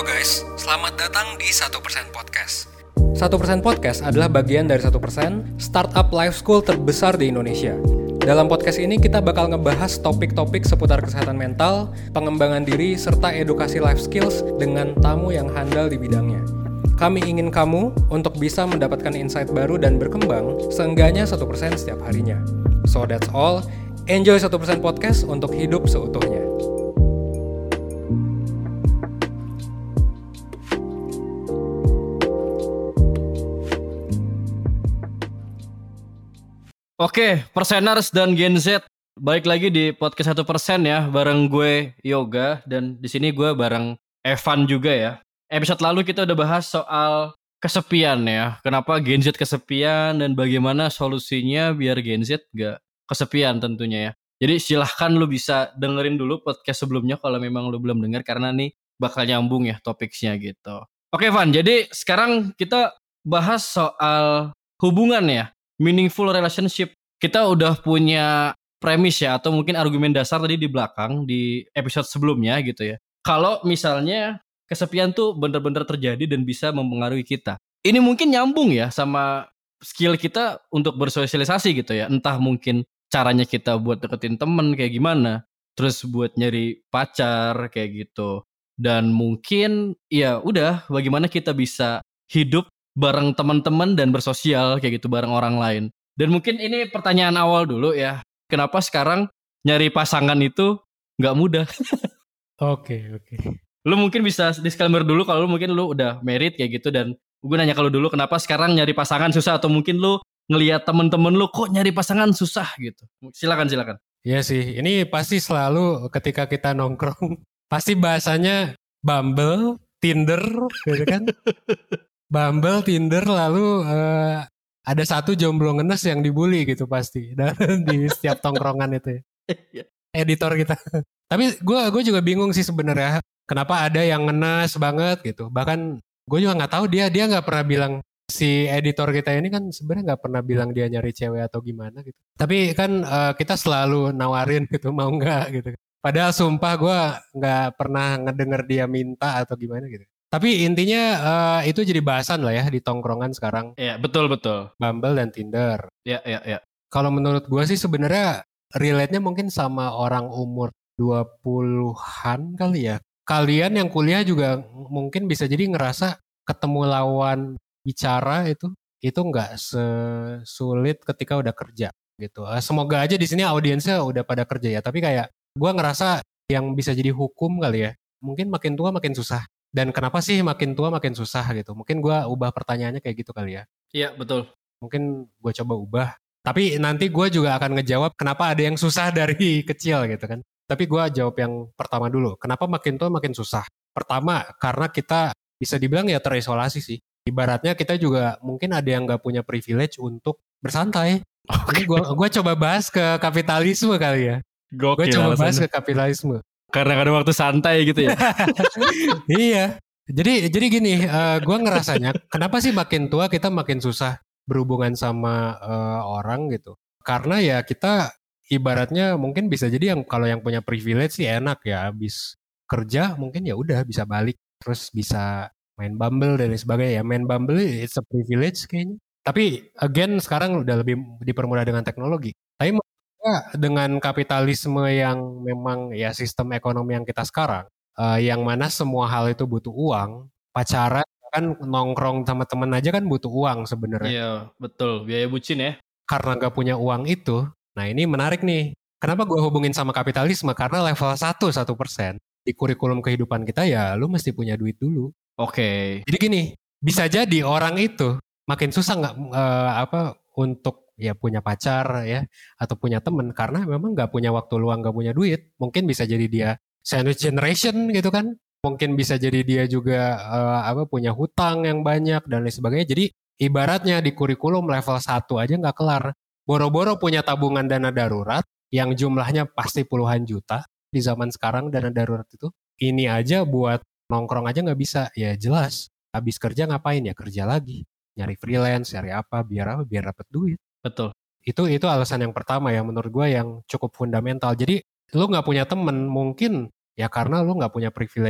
guys, selamat datang di 1% Podcast. 1% Podcast adalah bagian dari 1% startup life school terbesar di Indonesia. Dalam podcast ini kita bakal ngebahas topik-topik seputar kesehatan mental, pengembangan diri, serta edukasi life skills dengan tamu yang handal di bidangnya. Kami ingin kamu untuk bisa mendapatkan insight baru dan berkembang seenggaknya 1% setiap harinya. So that's all. Enjoy 1% Podcast untuk hidup seutuhnya. Oke, Perseners dan Gen Z, balik lagi di podcast 1% ya, bareng gue Yoga dan di sini gue bareng Evan juga ya. Episode lalu kita udah bahas soal kesepian ya, kenapa Gen Z kesepian dan bagaimana solusinya biar Gen Z gak kesepian tentunya ya. Jadi silahkan lu bisa dengerin dulu podcast sebelumnya kalau memang lu belum denger karena nih bakal nyambung ya topiknya gitu. Oke Van, jadi sekarang kita bahas soal hubungan ya. Meaningful relationship. Kita udah punya premis ya atau mungkin argumen dasar tadi di belakang di episode sebelumnya gitu ya. Kalau misalnya kesepian tuh bener-bener terjadi dan bisa mempengaruhi kita. Ini mungkin nyambung ya sama skill kita untuk bersosialisasi gitu ya. Entah mungkin caranya kita buat deketin temen kayak gimana. Terus buat nyari pacar kayak gitu. Dan mungkin ya udah bagaimana kita bisa hidup bareng teman-teman dan bersosial kayak gitu bareng orang lain. Dan mungkin ini pertanyaan awal dulu ya. Kenapa sekarang nyari pasangan itu nggak mudah? Oke. Lu mungkin bisa disclaimer dulu kalau lu mungkin lu udah married kayak gitu dan gue nanya kalau dulu kenapa sekarang nyari pasangan susah atau mungkin lu ngelihat temen-temen lu kok nyari pasangan susah gitu. Silakan. Iya sih, ini pasti selalu ketika kita nongkrong, pasti bahasanya Bumble, Tinder, gitu kan? Bumble, Tinder, lalu ada satu jomblo ngenes yang dibully gitu pasti dan di setiap tongkrongan itu ya. Editor kita. Tapi gue juga bingung sih sebenarnya kenapa ada yang ngenes banget gitu. Bahkan gue juga nggak tahu dia nggak pernah bilang si editor kita ini kan sebenarnya nggak pernah bilang dia nyari cewek atau gimana gitu. Tapi kan kita selalu nawarin gitu mau nggak gitu. Padahal sumpah gue nggak pernah ngedenger dia minta atau gimana gitu. Tapi intinya itu jadi bahasan lah ya di tongkrongan sekarang. Iya, betul. Bumble dan Tinder. Iya. Kalau menurut gue sih sebenarnya relate-nya mungkin sama orang umur 20-an kali ya. Kalian yang kuliah juga mungkin bisa jadi ngerasa ketemu lawan bicara itu nggak sesulit ketika udah kerja gitu. Semoga aja di sini audiensnya udah pada kerja ya. Tapi kayak gue ngerasa yang bisa jadi hukum kali ya. Mungkin makin tua makin susah. Dan kenapa sih makin tua makin susah gitu? Mungkin gue ubah pertanyaannya kayak gitu kali ya. Iya, betul. Mungkin gue coba ubah. Tapi nanti gue juga akan ngejawab kenapa ada yang susah dari kecil gitu kan. Tapi gue jawab yang pertama dulu. Kenapa makin tua makin susah? Pertama, karena kita bisa dibilang ya terisolasi sih. Ibaratnya kita juga mungkin ada yang gak punya privilege untuk bersantai. Ini gue coba bahas ke kapitalisme kali ya. Gue coba bahas ke kapitalisme. Karena ada waktu santai gitu ya. Iya. Jadi gini, gue ngerasanya kenapa sih makin tua kita makin susah berhubungan sama orang gitu. Karena ya kita ibaratnya mungkin bisa jadi yang kalau yang punya privilege sih enak ya, habis kerja mungkin ya udah bisa balik terus bisa main Bumble dan lain sebagainya ya. Main Bumble it's a privilege kayaknya. Tapi again sekarang udah lebih dipermudah dengan teknologi. Tapi dengan kapitalisme yang memang ya sistem ekonomi yang kita sekarang, yang mana semua hal itu butuh uang, pacaran kan nongkrong sama temen aja kan butuh uang sebenarnya. Iya, betul. Biaya bucin ya. Karena gak punya uang itu, nah ini menarik nih. Kenapa gue hubungin sama kapitalisme? Karena level 1% di kurikulum kehidupan kita ya lu mesti punya duit dulu. Oke. Jadi gini, bisa jadi orang itu makin susah nggak untuk ya punya pacar ya atau punya temen karena memang nggak punya waktu luang, nggak punya duit. Mungkin bisa jadi dia sandwich generation gitu kan. Mungkin bisa jadi dia juga punya hutang yang banyak dan lain sebagainya. Jadi ibaratnya di kurikulum level 1 aja nggak kelar. Boro-boro punya tabungan dana darurat yang jumlahnya pasti puluhan juta di zaman sekarang dana darurat itu. Ini aja buat nongkrong aja nggak bisa. Ya jelas habis kerja ngapain ya kerja lagi. Nyari freelance, nyari apa, biar dapat duit. Betul. Itu alasan yang pertama yang menurut gue yang cukup fundamental. Jadi lu nggak punya temen mungkin ya karena lu nggak punya privilege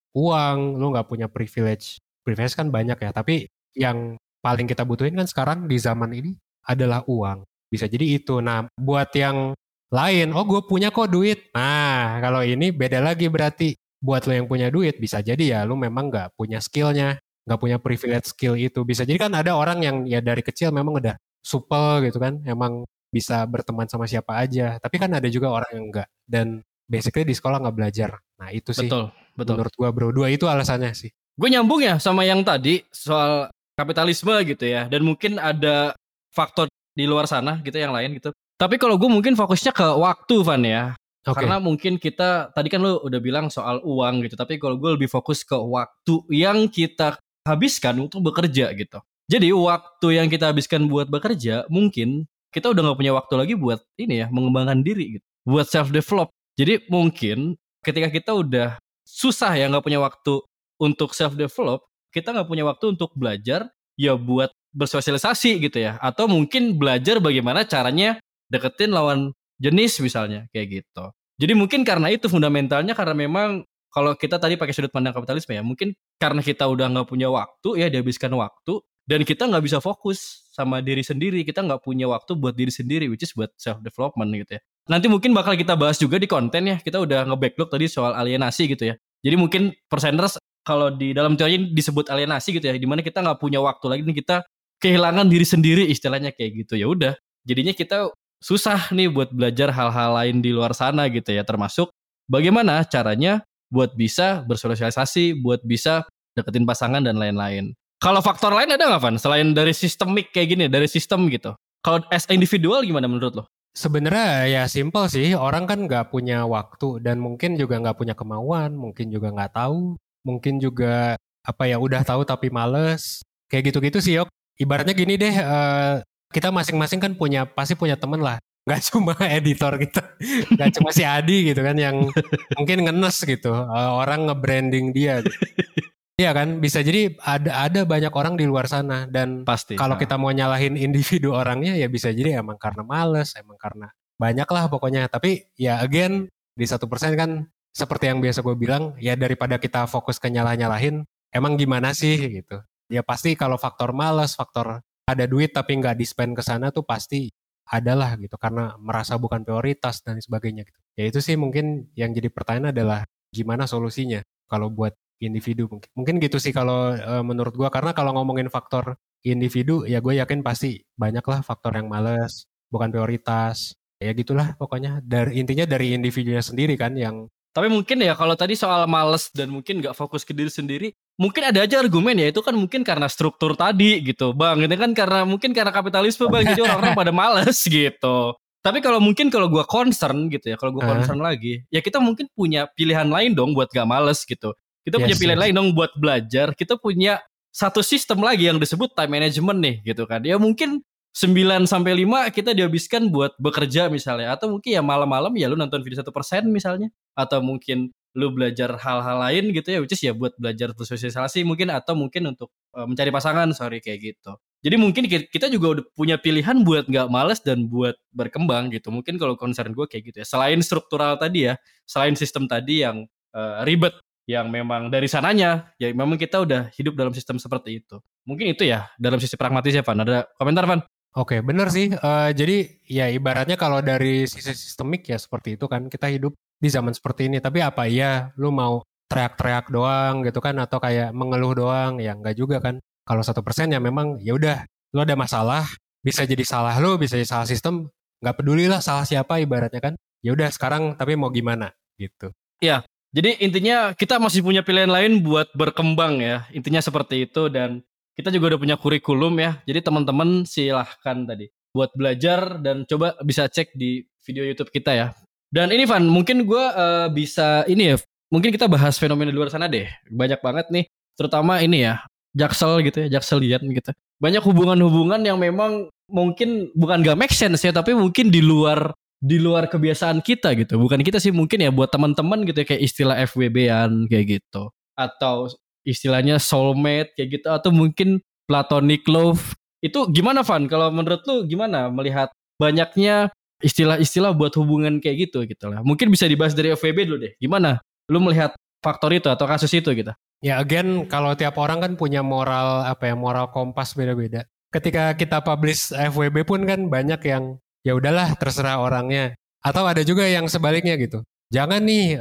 uang, lu nggak punya privilege. Privilege kan banyak ya, tapi yang paling kita butuhin kan sekarang di zaman ini adalah uang. Bisa jadi itu. Nah, buat yang lain, oh gue punya kok duit. Nah, kalau ini beda lagi berarti. Buat lo yang punya duit, bisa jadi ya lu memang nggak punya skillnya, nggak punya privilege skill itu. Bisa jadi kan ada orang yang ya dari kecil memang udah supel gitu kan, emang bisa berteman sama siapa aja. Tapi kan ada juga orang yang enggak. Dan basically di sekolah nggak belajar. Nah itu sih Betul. menurut gua bro. Dua itu alasannya sih. Gue nyambung ya sama yang tadi soal kapitalisme gitu ya. Dan mungkin ada faktor di luar sana gitu yang lain gitu. Tapi kalau gue mungkin fokusnya ke waktu Van ya. Oke. Karena mungkin kita, tadi kan lu udah bilang soal uang gitu. Tapi kalau gue lebih fokus ke waktu yang kita habiskan untuk bekerja gitu. Jadi waktu yang kita habiskan buat bekerja, mungkin kita udah gak punya waktu lagi buat ini ya, mengembangkan diri gitu. Buat self-develop. Jadi mungkin ketika kita udah susah ya gak punya waktu untuk self-develop, kita gak punya waktu untuk belajar, ya buat bersosialisasi gitu ya. Atau mungkin belajar bagaimana caranya deketin lawan jenis misalnya, kayak gitu. Jadi mungkin karena itu fundamentalnya, karena memang kalau kita tadi pakai sudut pandang kapitalisme ya, mungkin karena kita udah gak punya waktu ya, dihabiskan waktu, dan kita gak bisa fokus sama diri sendiri, kita gak punya waktu buat diri sendiri, which is buat self-development gitu ya. Nanti mungkin bakal kita bahas juga di konten ya, kita udah nge-backlog tadi soal alienasi gitu ya. Jadi mungkin perseners kalau di dalam teori disebut alienasi gitu ya, dimana kita gak punya waktu lagi nih, kita kehilangan diri sendiri istilahnya kayak gitu. Ya udah, jadinya kita susah nih buat belajar hal-hal lain di luar sana gitu ya, termasuk bagaimana caranya buat bisa bersosialisasi, buat bisa deketin pasangan dan lain-lain. Kalau faktor lain ada nggak Van? Selain dari sistemik kayak gini, dari sistem gitu. Kalau as individual gimana menurut lo? Sebenarnya ya simple sih, orang kan nggak punya waktu dan mungkin juga nggak punya kemauan, mungkin juga nggak tahu, mungkin juga apa ya udah tahu tapi males, kayak gitu-gitu sih Yok. Ibaratnya gini deh, kita masing-masing kan pasti punya temen lah, nggak cuma editor kita, nggak cuma si Adi gitu kan yang mungkin ngenes gitu, orang nge-branding dia. Gitu. Iya kan, bisa jadi ada banyak orang di luar sana dan Pasti. Kalau kita mau nyalahin individu orangnya ya bisa jadi emang karena males, emang karena banyak lah pokoknya. Tapi ya again di 1% kan seperti yang biasa gue bilang ya daripada kita fokus ke nyalah-nyalahin, emang gimana sih gitu. Ya pasti kalau faktor males, faktor ada duit tapi nggak di-spend ke sana tuh pasti adalah gitu karena merasa bukan prioritas dan sebagainya gitu. Ya itu sih mungkin yang jadi pertanyaan adalah gimana solusinya kalau buat individu mungkin gitu sih kalau menurut gue karena kalau ngomongin faktor individu ya gue yakin pasti banyak lah faktor yang males bukan prioritas ya gitulah pokoknya intinya dari individunya sendiri kan yang tapi mungkin ya kalau tadi soal males dan mungkin gak fokus ke diri sendiri mungkin ada aja argumen ya itu kan mungkin karena struktur tadi gitu bang itu kan karena kapitalisme bang jadi orang-orang pada males gitu. Tapi kalau gue concern gitu ya kalau gue concern lagi ya kita mungkin punya pilihan lain dong buat gak males gitu. Kita punya pilihan lain dong buat belajar. Kita punya satu sistem lagi yang disebut time management nih gitu kan. Ya mungkin 9-5 kita dihabiskan buat bekerja misalnya. Atau mungkin ya malam-malam ya lu nonton video 1% misalnya. Atau mungkin lu belajar hal-hal lain gitu ya. Which is ya buat belajar bersosialisasi mungkin. Atau mungkin untuk mencari pasangan kayak gitu. Jadi mungkin kita juga udah punya pilihan buat gak males dan buat berkembang gitu. Mungkin kalau concern gue kayak gitu ya. Selain struktural tadi ya. Selain sistem tadi yang ribet. Yang memang dari sananya ya memang kita udah hidup dalam sistem seperti itu. Mungkin itu ya dalam sisi pragmatis ya Van. Ada komentar Van? Oke benar sih. Jadi ya ibaratnya kalau dari sisi sistemik ya seperti itu kan kita hidup di zaman seperti ini. Tapi apa iya lu mau teriak-teriak doang gitu kan atau kayak mengeluh doang ya enggak juga kan. Kalau 1% ya memang ya udah lu ada masalah bisa jadi salah lu bisa jadi salah sistem nggak peduli lah salah siapa ibaratnya kan. Ya udah sekarang tapi mau gimana gitu. Iya. Jadi intinya kita masih punya pilihan lain buat berkembang ya. Intinya seperti itu dan kita juga udah punya kurikulum ya. Jadi teman-teman silahkan tadi buat belajar dan coba bisa cek di video YouTube kita ya. Dan ini Van, mungkin gue bisa ini ya. Mungkin kita bahas fenomena di luar sana deh. Banyak banget nih. Terutama ini ya. Jaksel gitu ya. Jakselian gitu. Banyak hubungan-hubungan yang memang mungkin bukan gak make sense ya. Tapi mungkin di luar kebiasaan kita gitu. Bukan kita sih mungkin ya buat teman-teman gitu ya kayak istilah FWB-an kayak gitu. Atau istilahnya soulmate kayak gitu atau mungkin platonic love. Itu gimana Van? Kalau menurut lu gimana melihat banyaknya istilah-istilah buat hubungan kayak gitu lah. Mungkin bisa dibahas dari FWB dulu deh. Gimana? Lu melihat faktor itu atau kasus itu gitu. Ya again, kalau tiap orang kan punya moral moral kompas beda-beda. Ketika kita publish FWB pun kan banyak yang ya udahlah terserah orangnya. Atau ada juga yang sebaliknya gitu. Jangan nih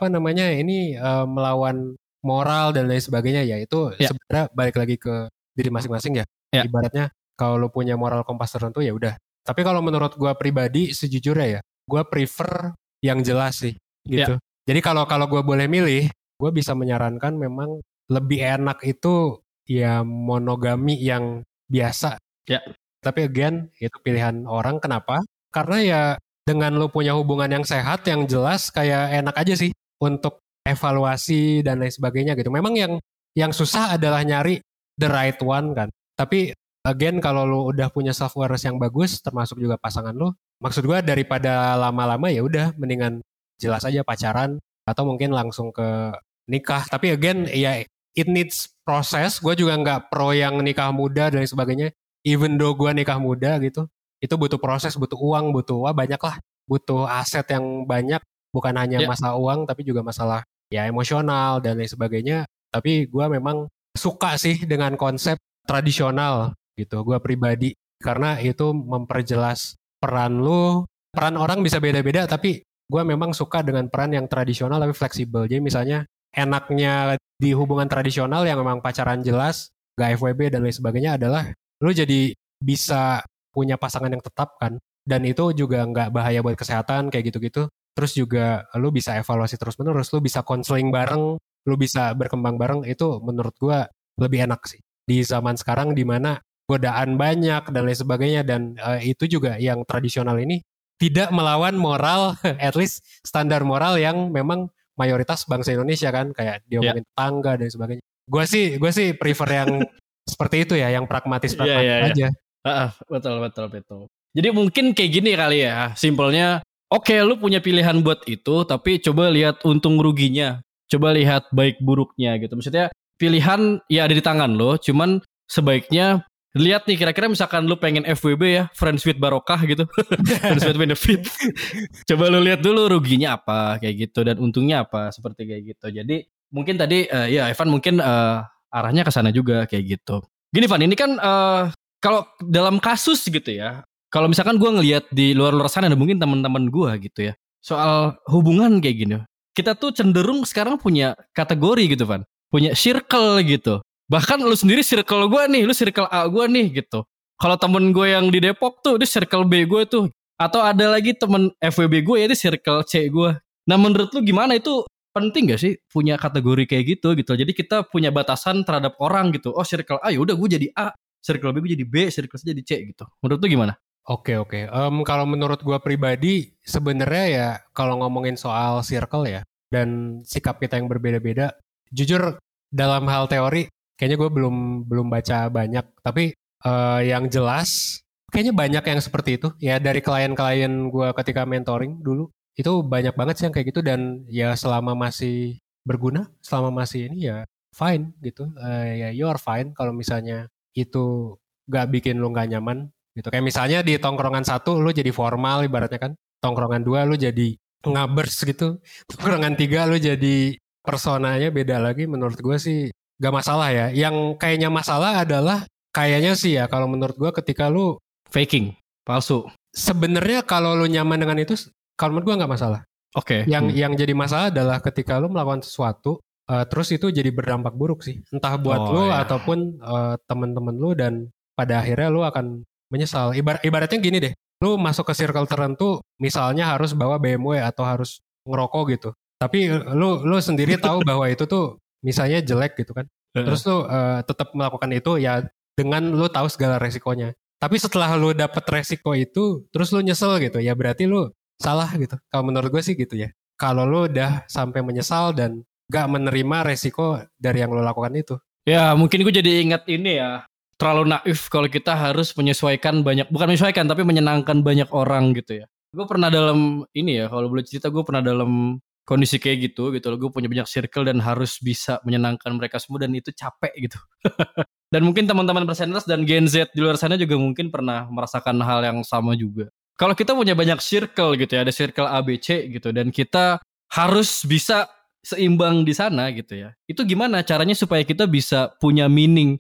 ini melawan moral dan lain sebagainya, ya itu Ya. sebenarnya balik lagi ke diri masing-masing ya. Ya. Ibaratnya kalau lu punya moral kompas tertentu ya udah. Tapi kalau menurut gua pribadi sejujurnya ya, gua prefer yang jelas sih gitu. Jadi kalau gua boleh milih, gue bisa menyarankan memang lebih enak itu ya monogami yang biasa. Ya. Tapi again, itu pilihan orang. Kenapa? Karena ya dengan lu punya hubungan yang sehat, yang jelas, kayak enak aja sih untuk evaluasi dan lain sebagainya gitu. Memang yang susah adalah nyari the right one kan. Tapi again, kalau lu udah punya self awareness yang bagus, termasuk juga pasangan lu, maksud gue daripada lama-lama ya udah mendingan jelas aja pacaran atau mungkin langsung ke nikah. Tapi again ya it needs proses. Gue juga nggak pro yang nikah muda dan lain sebagainya. Even though gue nikah muda gitu, itu butuh proses, butuh uang, banyak lah, butuh aset yang banyak. Bukan hanya masalah uang, tapi juga masalah ya emosional dan lain sebagainya. Tapi gue memang suka sih dengan konsep tradisional gitu. Gue pribadi karena itu memperjelas peran lu. Peran orang bisa beda-beda, tapi gue memang suka dengan peran yang tradisional tapi fleksibel. Jadi misalnya enaknya di hubungan tradisional yang memang pacaran jelas, gak FWB dan lain sebagainya adalah lu jadi bisa punya pasangan yang tetap kan. Dan itu juga gak bahaya buat kesehatan kayak gitu-gitu. Terus juga lu bisa evaluasi terus-menerus, lu bisa konseling bareng, lu bisa berkembang bareng. Itu menurut gue lebih enak sih. Di zaman sekarang dimana godaan banyak dan lain sebagainya. Dan itu juga yang tradisional ini tidak melawan moral, at least standar moral yang memang mayoritas bangsa Indonesia kan, kayak diomongin tetangga dan sebagainya. Gue sih prefer yang seperti itu ya, yang pragmatis aja. Betul. Jadi mungkin kayak gini kali ya, simpelnya, oke, lu punya pilihan buat itu, tapi coba lihat untung ruginya, coba lihat baik buruknya gitu. Maksudnya pilihan ya ada di tangan lo, cuman sebaiknya lihat nih kira-kira misalkan lu pengen FWB ya, friends with barokah gitu. Friends with benefit. Coba lu lihat dulu ruginya apa kayak gitu dan untungnya apa seperti kayak gitu. Jadi mungkin tadi Evan mungkin arahnya ke sana juga kayak gitu. Gini Van, ini kan kalau dalam kasus gitu ya. Kalau misalkan gue ngelihat di luar-luar sana dan mungkin teman-teman gue gitu ya. Soal hubungan kayak gini. Kita tuh cenderung sekarang punya kategori gitu Van. Punya circle gitu. Bahkan lu sendiri circle gue nih, lu circle A gue nih gitu. Kalau temen gue yang di Depok tuh, dia circle B gue tuh. Atau ada lagi temen FWB gue ya, dia circle C gue. Nah menurut lu gimana, itu penting gak sih punya kategori kayak gitu? Jadi kita punya batasan terhadap orang gitu. Oh circle A yaudah gue jadi A, circle B gue jadi B, circle C jadi C gitu. Menurut lu gimana? Oke. Kalau menurut gue pribadi, sebenarnya ya kalau ngomongin soal circle ya, dan sikap kita yang berbeda-beda, jujur dalam hal teori, kayaknya gue belum baca banyak, tapi yang jelas kayaknya banyak yang seperti itu ya, dari klien-klien gue ketika mentoring dulu itu banyak banget sih yang kayak gitu. Dan ya selama masih berguna, selama masih ini ya fine gitu, ya you are fine kalau misalnya itu gak bikin lu gak nyaman gitu. Kayak misalnya di tongkrongan satu lu jadi formal ibaratnya kan, tongkrongan dua lu jadi ngabers gitu, tongkrongan tiga lu jadi personanya beda lagi. Menurut gue sih gak masalah ya. Yang kayaknya masalah adalah kayaknya sih ya, kalau menurut gue ketika lu faking, palsu. Sebenarnya kalau lu nyaman dengan itu, kalau menurut gue gak masalah. Oke. Yang jadi masalah adalah ketika lu melakukan sesuatu, terus itu jadi berdampak buruk sih. Entah buat lu ataupun teman-teman lu, dan pada akhirnya lu akan menyesal. Ibaratnya gini deh, lu masuk ke circle tertentu, misalnya harus bawa BMW atau harus ngerokok gitu. Tapi lu sendiri tahu bahwa itu tuh misalnya jelek gitu kan. Terus lu tetap melakukan itu ya dengan lu tahu segala resikonya. Tapi setelah lu dapet resiko itu, terus lu nyesel gitu, ya berarti lu salah gitu. Kalau menurut gue sih gitu ya. Kalau lu udah sampai menyesal dan gak menerima resiko dari yang lu lakukan itu. Ya mungkin gue jadi ingat ini ya, terlalu naif kalau kita harus menyesuaikan bukan menyesuaikan tapi menyenangkan banyak orang gitu ya. Gue pernah dalam ini ya, kalau boleh cerita, gue pernah dalam kondisi kayak gitu loh. Gue punya banyak circle dan harus bisa menyenangkan mereka semua, dan itu capek gitu. Dan mungkin teman-teman perseners dan Gen Z di luar sana juga mungkin pernah merasakan hal yang sama juga. Kalau kita punya banyak circle gitu ya, ada circle A, B, C gitu, dan kita harus bisa seimbang di sana gitu ya. Itu gimana caranya supaya kita bisa punya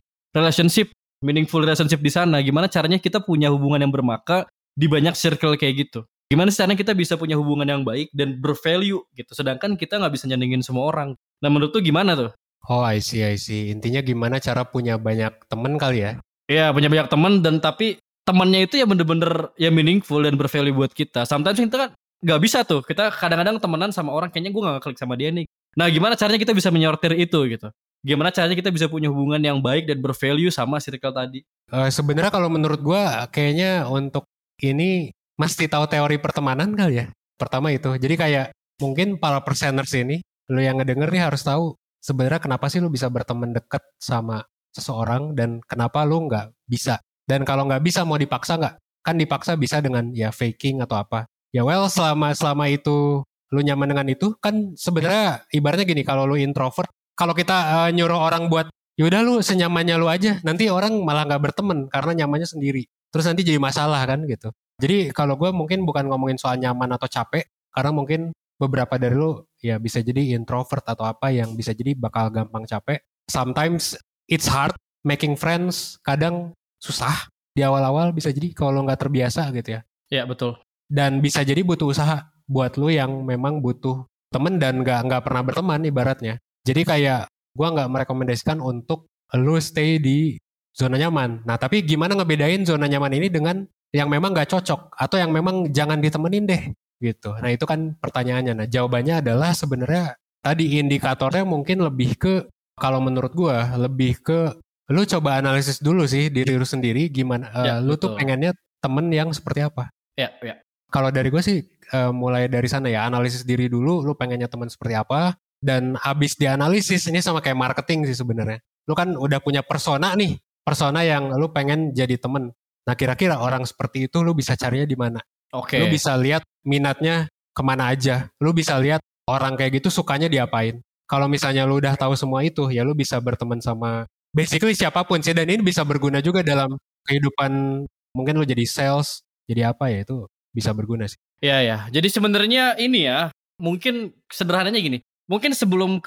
meaningful relationship di sana? Gimana caranya kita punya hubungan yang bermakna di banyak circle kayak gitu? Gimana sih caranya kita bisa punya hubungan yang baik dan bervalue gitu? Sedangkan kita nggak bisa nyenengin semua orang. Nah menurut tuh gimana tuh? Oh, I see. Intinya gimana cara punya banyak temen kali ya? Ya punya banyak teman dan tapi temannya itu ya bener-bener ya meaningful dan bervalue buat kita. Sometimes kita kan nggak bisa tuh. Kita kadang-kadang temenan sama orang kayaknya gue nggak klik sama dia nih. Nah gimana caranya kita bisa menyortir itu gitu? Gimana caranya kita bisa punya hubungan yang baik dan bervalue sama circle tadi? Sebenarnya kalau menurut gua kayaknya untuk ini mesti tahu teori pertemanan kali ya. Pertama itu. Jadi kayak mungkin para perseners ini, lu yang ngedenger nih harus tahu sebenarnya kenapa sih lu bisa berteman dekat sama seseorang dan kenapa lu nggak bisa. Dan kalau nggak bisa mau dipaksa nggak? Kan dipaksa bisa dengan ya faking atau apa. Ya well selama itu lu nyaman dengan itu kan sebenarnya ibaratnya gini kalau lu introvert, kalau kita nyuruh orang buat yaudah lu senyamannya lu aja, nanti orang malah nggak berteman karena nyamannya sendiri. Terus nanti jadi masalah kan gitu. Jadi kalau gue mungkin bukan ngomongin soal nyaman atau capek, karena mungkin beberapa dari lu ya bisa jadi introvert atau apa yang bisa jadi bakal gampang capek. Sometimes it's hard making friends, kadang susah di awal-awal bisa jadi kalau nggak terbiasa gitu ya. Ya betul. Dan bisa jadi butuh usaha buat lu yang memang butuh temen dan nggak pernah berteman ibaratnya. Jadi kayak gue nggak merekomendasikan untuk lu stay di zona nyaman. Nah tapi gimana ngebedain zona nyaman ini dengan yang memang nggak cocok atau yang memang jangan ditemenin deh gitu. Nah itu kan pertanyaannya. Nah jawabannya adalah sebenarnya tadi indikatornya mungkin lebih ke kalau menurut gue lebih ke lu coba analisis dulu sih diri lu sendiri gimana. Lu tuh pengennya temen yang seperti apa? Ya. Kalau dari gue sih mulai dari sana ya analisis diri dulu. Lu pengennya teman seperti apa? Dan habis dianalisis ini sama kayak marketing sih sebenarnya. Lu kan udah punya persona nih, persona yang lu pengen jadi temen. Nah kira-kira orang seperti itu lu bisa carinya di mana? Oke. Lu bisa lihat minatnya kemana aja. Lu bisa lihat orang kayak gitu sukanya diapain. Kalau misalnya lu udah tahu semua itu, ya lu bisa berteman sama basically siapapun sih. Dan ini bisa berguna juga dalam kehidupan. Mungkin lu jadi sales, jadi apa ya itu bisa berguna sih. Ya. Jadi sebenarnya ini ya, mungkin sederhananya gini. Mungkin sebelum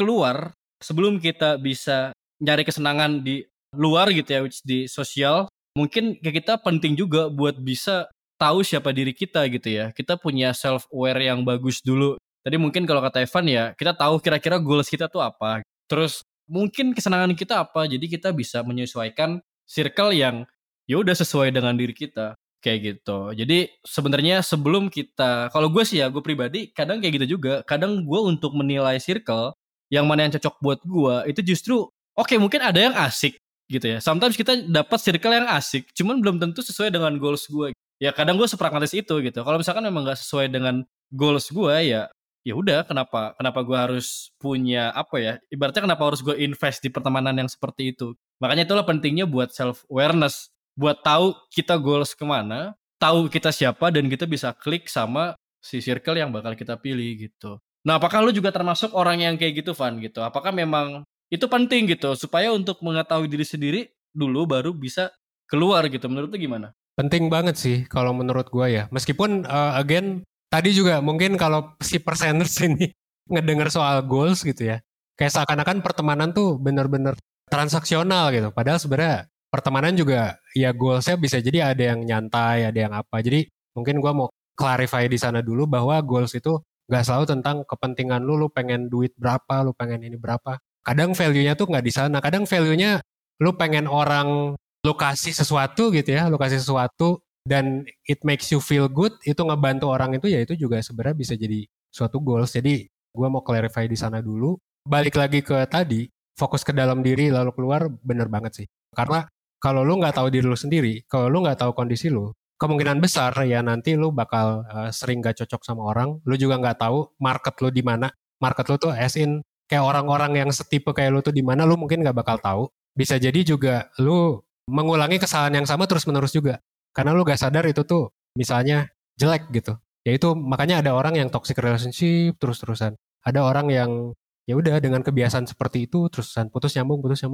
kita bisa nyari kesenangan di luar gitu ya, which di sosial, mungkin kita penting juga buat bisa tahu siapa diri kita gitu ya. Kita punya self aware yang bagus dulu. Tadi mungkin kalau kata Evan ya, kita tahu kira-kira goals kita tuh apa. Terus mungkin kesenangan kita apa. Jadi kita bisa menyesuaikan circle yang ya udah sesuai dengan diri kita. Kayak gitu. Jadi sebenarnya sebelum kita, kalau gue sih ya, gue pribadi kadang kayak gitu juga. Kadang gue untuk menilai circle yang mana yang cocok buat gue itu justru oke, mungkin ada yang asik gitu ya. Sometimes kita dapat circle yang asik, cuman belum tentu sesuai dengan goals gue. Ya kadang gue sepragmatis itu gitu. Kalau misalkan memang nggak sesuai dengan goals gue ya udah kenapa gue harus punya apa ya? Ibaratnya kenapa harus gue invest di pertemanan yang seperti itu? Makanya itulah pentingnya buat self awareness. Buat tahu kita goals kemana, tahu kita siapa, dan kita bisa klik sama si circle yang bakal kita pilih gitu. Nah apakah lu juga termasuk orang yang kayak gitu Van gitu? Apakah memang itu penting gitu supaya untuk mengetahui diri sendiri dulu baru bisa keluar gitu? Menurut lu gimana? Penting banget sih kalau menurut gue ya. Meskipun again tadi juga mungkin kalau si perseners ini ngedenger soal goals gitu ya. Kayak seakan-akan pertemanan tuh bener-bener transaksional gitu. Padahal sebenarnya pertemanan juga ya goalsnya bisa jadi ada yang nyantai, ada yang apa. Jadi mungkin gue mau clarify di sana dulu bahwa goals itu gak selalu tentang kepentingan lu pengen duit berapa, lu pengen ini berapa. Kadang value-nya tuh gak di sana. Kadang value-nya lu pengen orang lu kasih sesuatu gitu ya, lu kasih sesuatu dan it makes you feel good, itu ngebantu orang itu ya itu juga sebenarnya bisa jadi suatu goals. Jadi gue mau clarify di sana dulu. Balik lagi ke tadi, fokus ke dalam diri lalu keluar bener banget sih. Karena kalau lu nggak tahu diri lu sendiri, kalau lu nggak tahu kondisi lu, kemungkinan besar ya nanti lu bakal sering gak cocok sama orang. Lu juga nggak tahu market lu di mana. Market lu tuh as in kayak orang-orang yang setipe kayak lu tuh di mana, lu mungkin nggak bakal tahu. Bisa jadi juga lu mengulangi kesalahan yang sama terus-menerus juga. Karena lu gak sadar itu tuh misalnya jelek gitu. Ya itu makanya ada orang yang toxic relationship terus-terusan. Ada orang yang ya udah dengan kebiasaan seperti itu terusan putus nyambung.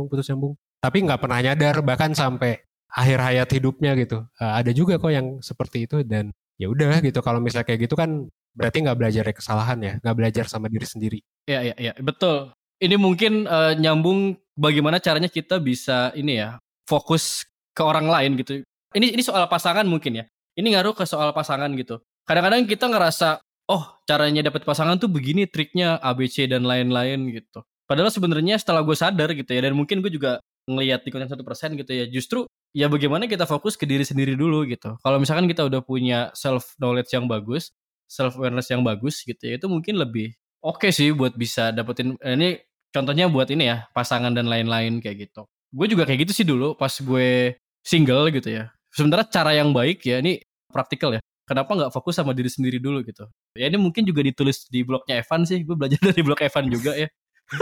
Tapi nggak pernah nyadar bahkan sampai akhir hayat hidupnya gitu. Ada juga kok yang seperti itu dan ya udah gitu. Kalau misalnya kayak gitu kan berarti nggak belajar dari kesalahan ya, nggak belajar sama diri sendiri. Iya, betul. Ini mungkin nyambung bagaimana caranya kita bisa ini ya, fokus ke orang lain gitu. Ini soal pasangan mungkin ya. Ini ngaruh ke soal pasangan gitu. Kadang-kadang kita ngerasa, oh caranya dapet pasangan tuh begini triknya A, B, C dan lain-lain gitu. Padahal sebenarnya setelah gue sadar gitu ya, dan mungkin gue juga ngelihat di konten 1% gitu ya, justru ya bagaimana kita fokus ke diri sendiri dulu gitu. Kalau misalkan kita udah punya self knowledge yang bagus, self awareness yang bagus gitu ya, itu mungkin lebih oke sih buat bisa dapetin ini contohnya buat ini ya, pasangan dan lain-lain kayak gitu. Gue juga kayak gitu sih dulu pas gue single gitu ya. Sementara cara yang baik ya, ini praktikal ya. Kenapa nggak fokus sama diri sendiri dulu gitu. Ya ini mungkin juga ditulis di blognya Evan sih. Gue belajar dari blog Evan juga ya.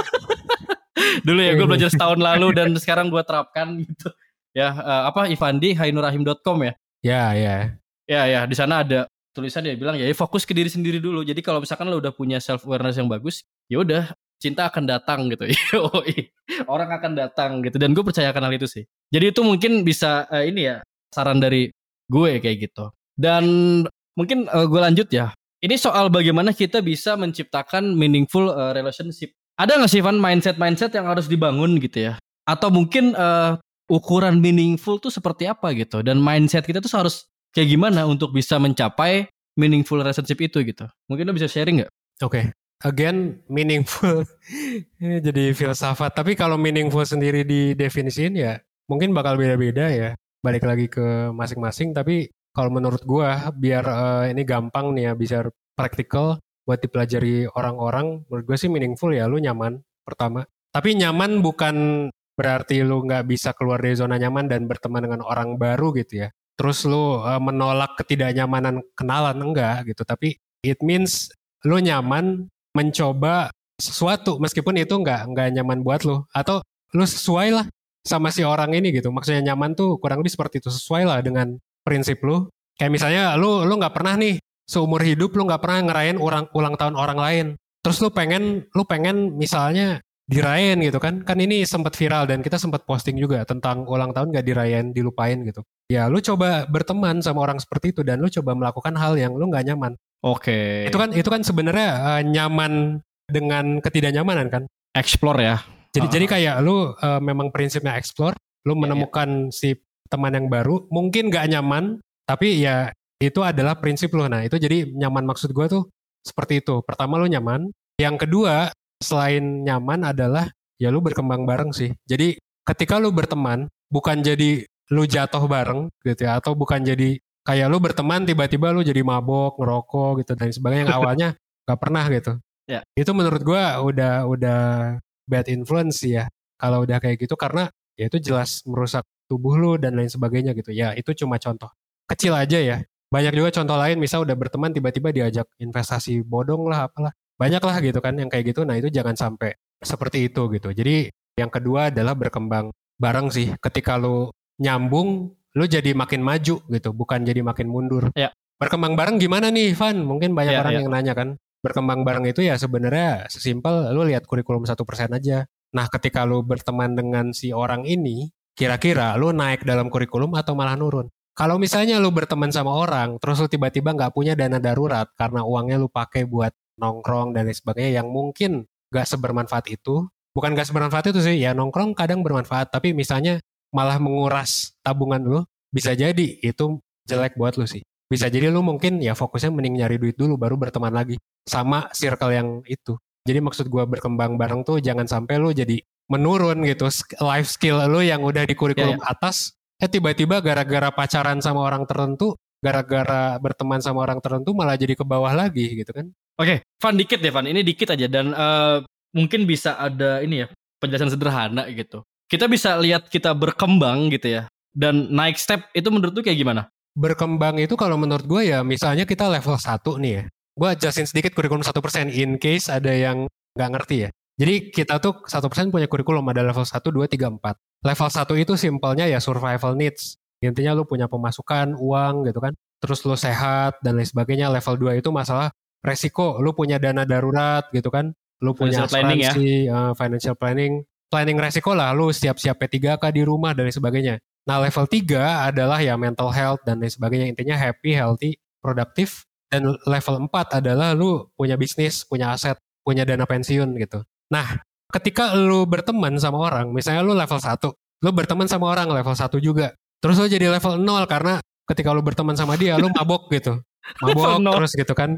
Dulu ya gue belajar setahun lalu dan sekarang gue terapkan gitu. Ya ivandi.hainurahim.com ya. Ya. Ya, di sana ada tulisan dia bilang ya fokus ke diri sendiri dulu. Jadi kalau misalkan lo udah punya self awareness yang bagus, ya udah cinta akan datang gitu. Yoi. Orang akan datang gitu dan gue percaya akan hal itu sih. Jadi itu mungkin bisa ini ya saran dari gue kayak gitu. Dan mungkin gue lanjut ya. Ini soal bagaimana kita bisa menciptakan meaningful relationship. Ada nggak sih Van mindset yang harus dibangun gitu ya? Atau mungkin ukuran meaningful tuh seperti apa gitu? Dan mindset kita tuh harus kayak gimana untuk bisa mencapai meaningful relationship itu gitu? Mungkin lo bisa sharing nggak? Oke. Again, meaningful. Ini jadi filsafat. Tapi kalau meaningful sendiri didefinisiin ya mungkin bakal beda-beda ya. Balik lagi ke masing-masing. Tapi kalau menurut gua biar ini gampang nih ya, bisa praktikal buat dipelajari orang-orang. Menurut gua sih meaningful ya lu nyaman pertama. Tapi nyaman bukan berarti lu nggak bisa keluar dari zona nyaman dan berteman dengan orang baru gitu ya. Terus lu menolak ketidaknyamanan kenalan, enggak gitu. Tapi it means lu nyaman mencoba sesuatu meskipun itu nggak nyaman buat lu. Atau lu sesuai lah sama si orang ini gitu. Maksudnya nyaman tuh kurang lebih seperti itu. Sesuai lah dengan prinsip lu. Kayak misalnya lu nggak pernah nih seumur hidup lu nggak pernah ngerayain ulang tahun orang lain. Terus lu pengen misalnya dirayain gitu kan. Kan ini sempat viral dan kita sempat posting juga tentang ulang tahun gak dirayain, dilupain gitu. Ya lu coba berteman sama orang seperti itu dan lu coba melakukan hal yang lu nggak nyaman. Oke. Itu kan sebenarnya nyaman dengan ketidaknyamanan kan. Explore ya. Jadi kayak lu memang prinsipnya explore, lu menemukan si teman yang baru, mungkin nggak nyaman, tapi ya itu adalah prinsip lu. Nah itu jadi nyaman maksud gue tuh seperti itu. Pertama lu nyaman, yang kedua selain nyaman adalah ya lu berkembang bareng sih. Jadi ketika lu berteman, bukan jadi lu jatuh bareng gitu ya, atau bukan jadi kayak lu berteman tiba-tiba lu jadi mabok, ngerokok gitu dan sebagainya yang awalnya gak pernah gitu. Ya. Itu menurut gua udah bad influence ya. Kalau udah kayak gitu karena ya itu jelas merusak tubuh lu dan lain sebagainya gitu. Ya itu cuma contoh kecil aja ya. Banyak juga contoh lain misal udah berteman tiba-tiba diajak investasi bodong lah apalah. Banyak lah gitu kan yang kayak gitu. Nah itu jangan sampai seperti itu gitu. Jadi yang kedua adalah berkembang bareng sih. Ketika lu nyambung, lu jadi makin maju gitu, bukan jadi makin mundur. Ya. Berkembang bareng gimana nih, Van? Mungkin banyak orang yang nanya kan. Berkembang bareng itu ya sebenarnya sesimpel lu lihat kurikulum 1% aja. Nah, ketika lu berteman dengan si orang ini, kira-kira lu naik dalam kurikulum atau malah nurun? Kalau misalnya lu berteman sama orang, terus lu tiba-tiba nggak punya dana darurat karena uangnya lu pakai buat nongkrong dan lain sebagainya yang mungkin nggak sebermanfaat itu. Bukan nggak sebermanfaat itu sih, ya nongkrong kadang bermanfaat, tapi misalnya malah menguras tabungan lu, bisa jadi itu jelek buat lu sih. Bisa jadi lu mungkin ya fokusnya mending nyari duit dulu baru berteman lagi sama circle yang itu. Jadi maksud gua berkembang bareng tuh jangan sampai lu jadi menurun gitu life skill lu yang udah di kurikulum atas tiba-tiba gara-gara pacaran sama orang tertentu, gara-gara berteman sama orang tertentu malah jadi ke bawah lagi gitu kan. Oke, Van dikit deh Van, ini dikit aja dan mungkin bisa ada ini ya penjelasan sederhana gitu. Kita bisa lihat kita berkembang gitu ya. Dan naik step itu menurut lu kayak gimana? Berkembang itu kalau menurut gue ya misalnya kita level 1 nih ya. Gue jelasin sedikit kurikulum 1% in case ada yang gak ngerti ya. Jadi kita tuh 1% punya kurikulum ada level 1, 2, 3, 4. Level 1 itu simpelnya ya survival needs. Intinya lu punya pemasukan, uang gitu kan. Terus lu sehat dan lain sebagainya. Level 2 itu masalah resiko. Lu punya dana darurat gitu kan. Lu punya asuransi, financial planning. Planning resiko lah, lu siap-siap P3K di rumah dan lain sebagainya. Nah level 3 adalah ya mental health dan lain sebagainya. Intinya happy, healthy, produktif. Dan level 4 adalah lu punya bisnis, punya aset. punya dana pensiun gitu. Nah, ketika lu berteman sama orang, misalnya lu level 1, lu berteman sama orang level 1 juga. Terus lu jadi level 0 karena ketika lu berteman sama dia, lu mabok gitu. Level Mabok nol. terus gitu kan.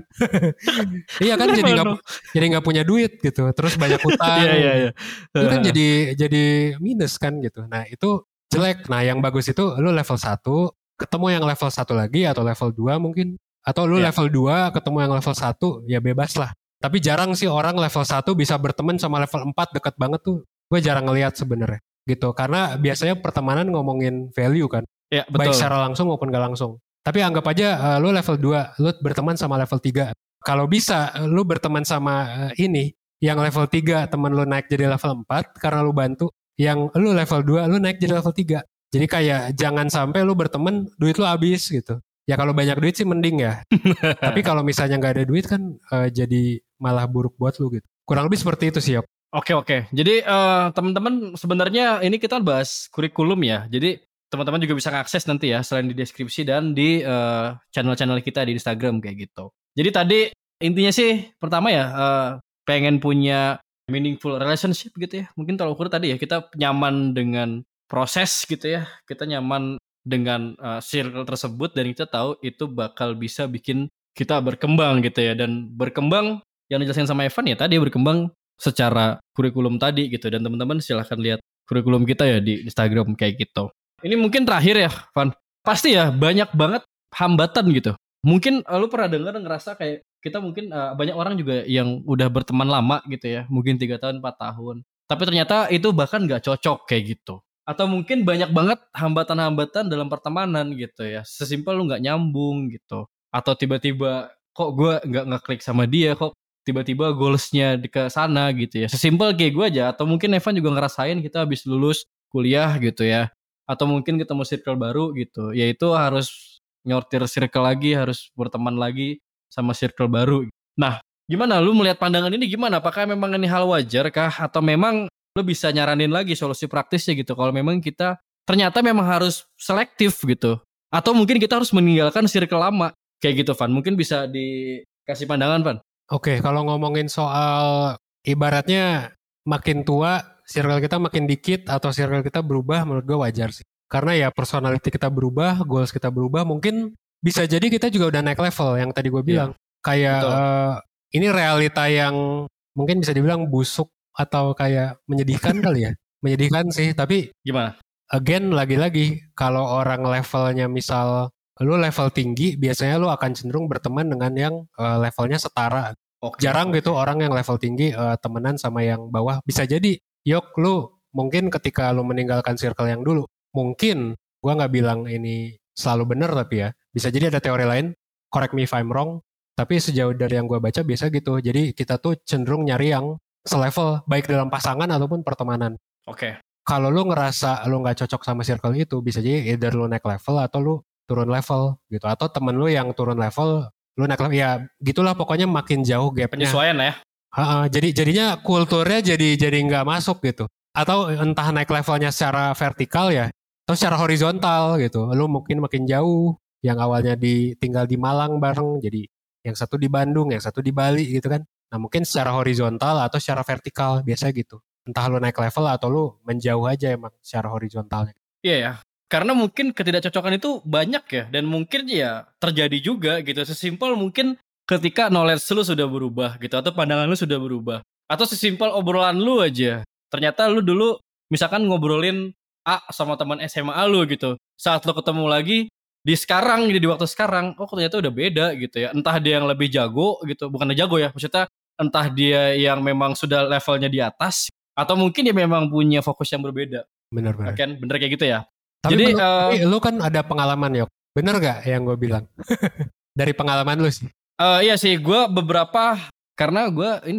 Iya kan Level jadi nggak punya duit gitu. Terus banyak utang. Iya. Itu kan jadi minus kan gitu. Nah, itu jelek. Nah, yang bagus itu lu level 1 ketemu yang level 1 lagi atau level 2 mungkin. Atau lu Iya. level 2 ketemu yang level 1 ya bebas lah. Tapi jarang sih orang level 1 bisa berteman sama level 4 dekat banget tuh. Gue jarang ngelihat sebenarnya gitu. Karena biasanya pertemanan ngomongin value kan. Iya, Baik betul. secara langsung maupun gak langsung. Tapi anggap aja lu level 2, lu berteman sama level 3. Kalau bisa lu berteman sama ini, yang level 3 teman lu naik jadi level 4 karena lu bantu. Yang lu level 2 lu naik jadi level 3. Jadi kayak jangan sampai lu berteman duit lu habis gitu. Ya kalau banyak duit sih mending ya. Tapi kalau misalnya nggak ada duit kan jadi malah buruk buat lu gitu. Kurang lebih seperti itu sih ya. Oke. Jadi teman-teman sebenarnya ini kita bahas kurikulum ya. Jadi teman-teman juga bisa ngakses nanti ya selain di deskripsi dan di channel-channel kita di Instagram kayak gitu. Jadi tadi intinya sih pertama ya pengen punya meaningful relationship gitu ya. Mungkin kalau ukur tadi ya kita nyaman dengan proses gitu ya. Kita nyaman dengan circle tersebut dan kita tahu itu bakal bisa bikin kita berkembang gitu ya. Dan berkembang yang dijelasin sama Evan ya tadi berkembang secara kurikulum tadi gitu. Dan teman-teman silahkan lihat kurikulum kita ya di Instagram kayak gitu. Ini mungkin terakhir ya Van. Pasti ya banyak banget hambatan gitu. Mungkin lu pernah dengar ngerasa kayak kita mungkin banyak orang juga yang udah berteman lama gitu ya. Mungkin 3 tahun, 4 tahun. Tapi ternyata itu bahkan gak cocok kayak gitu. Atau mungkin banyak banget hambatan-hambatan dalam pertemanan gitu ya. Sesimpel lu gak nyambung gitu. Atau tiba-tiba kok gue gak ngeklik sama dia, kok tiba-tiba goalsnya ke sana gitu ya. Sesimpel kayak gue aja. Atau mungkin Evan juga ngerasain kita habis lulus kuliah gitu ya. Atau mungkin ketemu circle baru gitu. Yaitu harus nyortir circle lagi, harus berteman lagi sama circle baru. Nah, gimana lu melihat pandangan ini gimana? Apakah memang ini hal wajar kah? Atau memang lu bisa nyaranin lagi solusi praktisnya gitu kalau memang kita ternyata memang harus selektif gitu. Atau mungkin kita harus meninggalkan circle lama. Kayak gitu Van, mungkin bisa dikasih pandangan Van. Oke, kalau ngomongin soal ibaratnya makin tua, circle kita makin dikit atau circle kita berubah, menurut gue wajar sih. Karena ya personality kita berubah, goals kita berubah, mungkin bisa jadi kita juga udah naik level yang tadi gue bilang. Kayak betul. ini realita yang mungkin bisa dibilang busuk atau kayak menyedihkan kali ya. Menyedihkan sih, tapi Gimana? again lagi-lagi kalau orang levelnya misal lu level tinggi, biasanya lu akan cenderung berteman dengan yang levelnya setara. Jarang gitu orang yang level tinggi temenan sama yang bawah. Bisa jadi, yok lu mungkin ketika lu meninggalkan circle yang dulu, mungkin gua nggak bilang ini selalu benar tapi ya, bisa jadi ada teori lain, correct me if I'm wrong, tapi sejauh dari yang gua baca biasa gitu. Jadi kita tuh cenderung nyari yang selevel, baik dalam pasangan ataupun pertemanan. Oke. Kalau lu ngerasa lu nggak cocok sama circle itu, bisa jadi either lu naik level atau lu turun level gitu. Atau temen lu yang turun level, lu naik level. Ya gitulah pokoknya makin jauh gapnya. Penyesuaian ya. Jadinya kulturnya jadi nggak masuk gitu. Atau entah naik levelnya secara vertikal ya, atau secara horizontal gitu. Lu mungkin makin jauh, yang awalnya tinggal di Malang bareng, jadi yang satu di Bandung, yang satu di Bali gitu kan. Nah mungkin secara horizontal atau secara vertikal, biasa gitu. Entah lu naik level atau lu menjauh aja emang secara horizontalnya. Iya ya. Karena mungkin ketidakcocokan itu banyak ya. Dan mungkin ya terjadi juga gitu. Sesimpel mungkin ketika knowledge lu sudah berubah gitu. Atau pandangan lu sudah berubah. Atau sesimpel obrolan lu aja. Ternyata lu dulu misalkan ngobrolin A sama teman SMA lu gitu. Saat lu ketemu lagi di sekarang, di waktu sekarang. Oh ternyata udah beda gitu ya. Entah dia yang lebih jago gitu. Bukannya jago ya. Maksudnya entah dia yang memang sudah levelnya di atas. Atau mungkin dia memang punya fokus yang berbeda. Benar-benar. Kan bener kayak gitu ya. Tapi Jadi lu kan ada pengalaman Yok. Bener gak yang gue bilang? Dari pengalaman lu sih. iya sih gue beberapa karena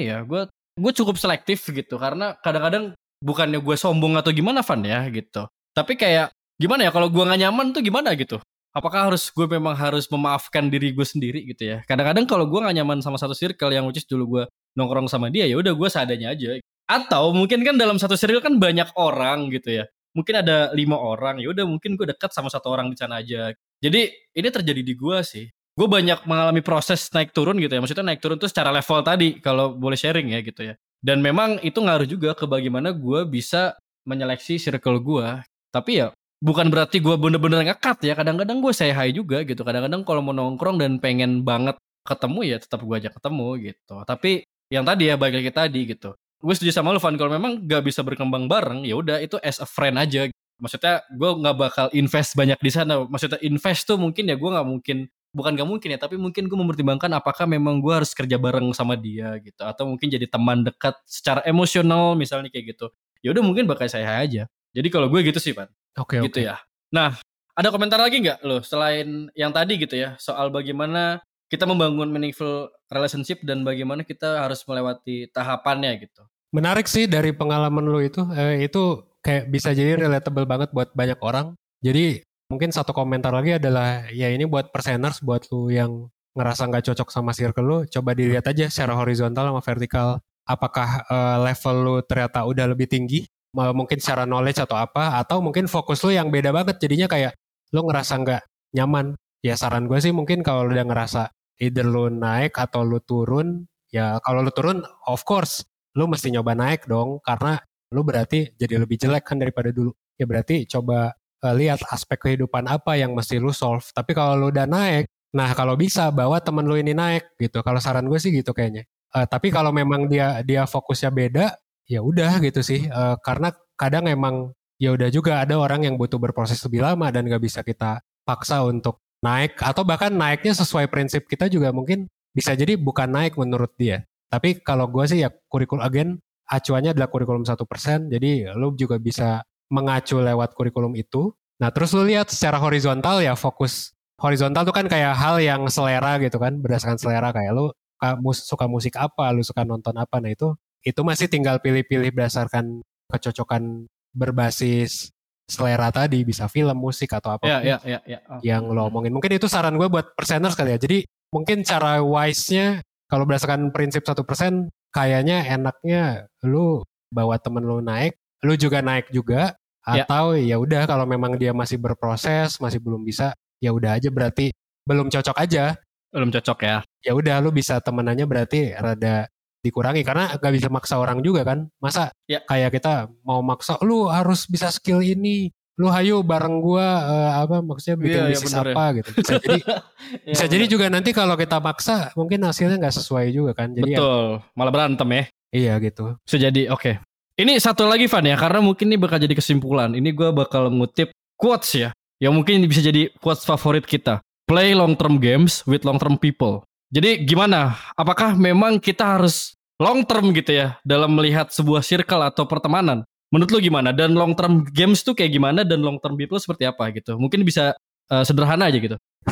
gue cukup selektif gitu karena kadang-kadang bukannya gue sombong atau gimana Van ya gitu. Tapi kayak gimana ya kalau gue nggak nyaman tuh gimana gitu. Apakah gue memang harus memaafkan diri gue sendiri gitu ya. Kadang-kadang kalau gue nggak nyaman sama satu circle yang which is dulu gue nongkrong sama dia ya udah gue seadanya aja. Atau mungkin kan dalam satu circle kan banyak orang gitu ya. Mungkin ada 5 orang, ya udah mungkin gue dekat sama 1 orang di sana aja. Jadi ini terjadi di gue sih. gue banyak mengalami proses naik turun gitu ya. Maksudnya naik turun tuh secara level tadi, kalau boleh sharing ya gitu ya. Dan memang itu ngaruh juga ke bagaimana gue bisa menyeleksi circle gue. Tapi ya bukan berarti gue bener-bener ngekat ya. Kadang-kadang gue say hi juga gitu. Kadang-kadang kalau mau nongkrong dan pengen banget ketemu ya tetap gue ajak ketemu gitu. Tapi yang tadi ya balik lagi tadi gitu. Gue setuju sama lu Van, kalau memang gak bisa berkembang bareng ya udah itu as a friend aja. Maksudnya gue nggak bakal invest banyak di sana. Maksudnya invest tuh mungkin ya gue nggak mungkin, bukan nggak mungkin ya, tapi mungkin gue mempertimbangkan apakah memang gue harus kerja bareng sama dia gitu, atau mungkin jadi teman dekat secara emosional misalnya kayak gitu. Ya udah mungkin bakal saya aja. Jadi kalau gue gitu sih Pan. Oke. Gitu ya. Nah, ada komentar lagi nggak lo selain yang tadi gitu ya, soal bagaimana kita membangun meaningful relationship dan bagaimana kita harus melewati tahapannya gitu. Menarik sih dari pengalaman lu itu kayak bisa jadi relatable banget buat banyak orang. Jadi mungkin satu komentar lagi adalah ya ini buat perseners, buat lu yang ngerasa nggak cocok sama circle lu, coba dilihat aja secara horizontal sama vertikal. Apakah level lu ternyata udah lebih tinggi, mungkin secara knowledge atau apa, atau mungkin fokus lu yang beda banget jadinya kayak lu ngerasa nggak nyaman. Ya saran gue sih mungkin kalau lu udah ngerasa either lu naik atau lu turun, ya kalau lu turun of course lu mesti nyoba naik dong, karena lu berarti jadi lebih jelek kan daripada dulu. Ya berarti coba lihat aspek kehidupan apa yang mesti lu solve. Tapi kalau lu udah naik, nah kalau bisa bawa temen lu ini naik gitu. Kalau saran gue sih gitu kayaknya. Tapi kalau memang dia fokusnya beda, ya udah gitu sih. Karena kadang emang ya udah juga ada orang yang butuh berproses lebih lama dan gak bisa kita paksa untuk naik. Atau bahkan naiknya sesuai prinsip kita juga mungkin bisa jadi bukan naik menurut dia. Tapi kalau gue sih ya kurikulum again, acuannya adalah kurikulum 1%, jadi lu juga bisa mengacu lewat kurikulum itu. Nah terus lu lihat secara horizontal ya, fokus horizontal tuh kan kayak hal yang selera gitu kan, berdasarkan selera kayak lu suka musik apa, lu suka nonton apa, nah itu masih tinggal pilih-pilih berdasarkan kecocokan berbasis selera tadi, bisa film, musik atau apa yang lo omongin. Mungkin itu saran gue buat perseners kali ya. Jadi mungkin cara wise-nya kalau berdasarkan prinsip 1%, kayaknya enaknya lu bawa temen lu naik, lu juga naik juga, atau ya udah kalau memang dia masih berproses, masih belum bisa, ya udah aja berarti belum cocok aja. Belum cocok ya. Ya udah lu bisa temenannya berarti rada dikurangi, karena gak bisa maksa orang juga kan. Masa kayak kita mau maksa lu harus bisa skill ini, lu hayu bareng gua maksudnya bikin bisnis apa gitu. Bisa jadi juga nanti kalau kita maksa mungkin hasilnya nggak sesuai juga kan. Jadi betul, malah berantem ya. Iya gitu. Bisa jadi. Oke. Ini satu lagi Van ya, karena mungkin ini bakal jadi kesimpulan. Ini gue bakal ngutip quotes ya, yang mungkin bisa jadi quotes favorit kita. Play long term games with long term people. Jadi gimana? Apakah memang kita harus long term gitu ya dalam melihat sebuah circle atau pertemanan? Menurut lu gimana? Dan long term games tuh kayak gimana? Dan long term people seperti apa gitu? Mungkin bisa sederhana aja gitu.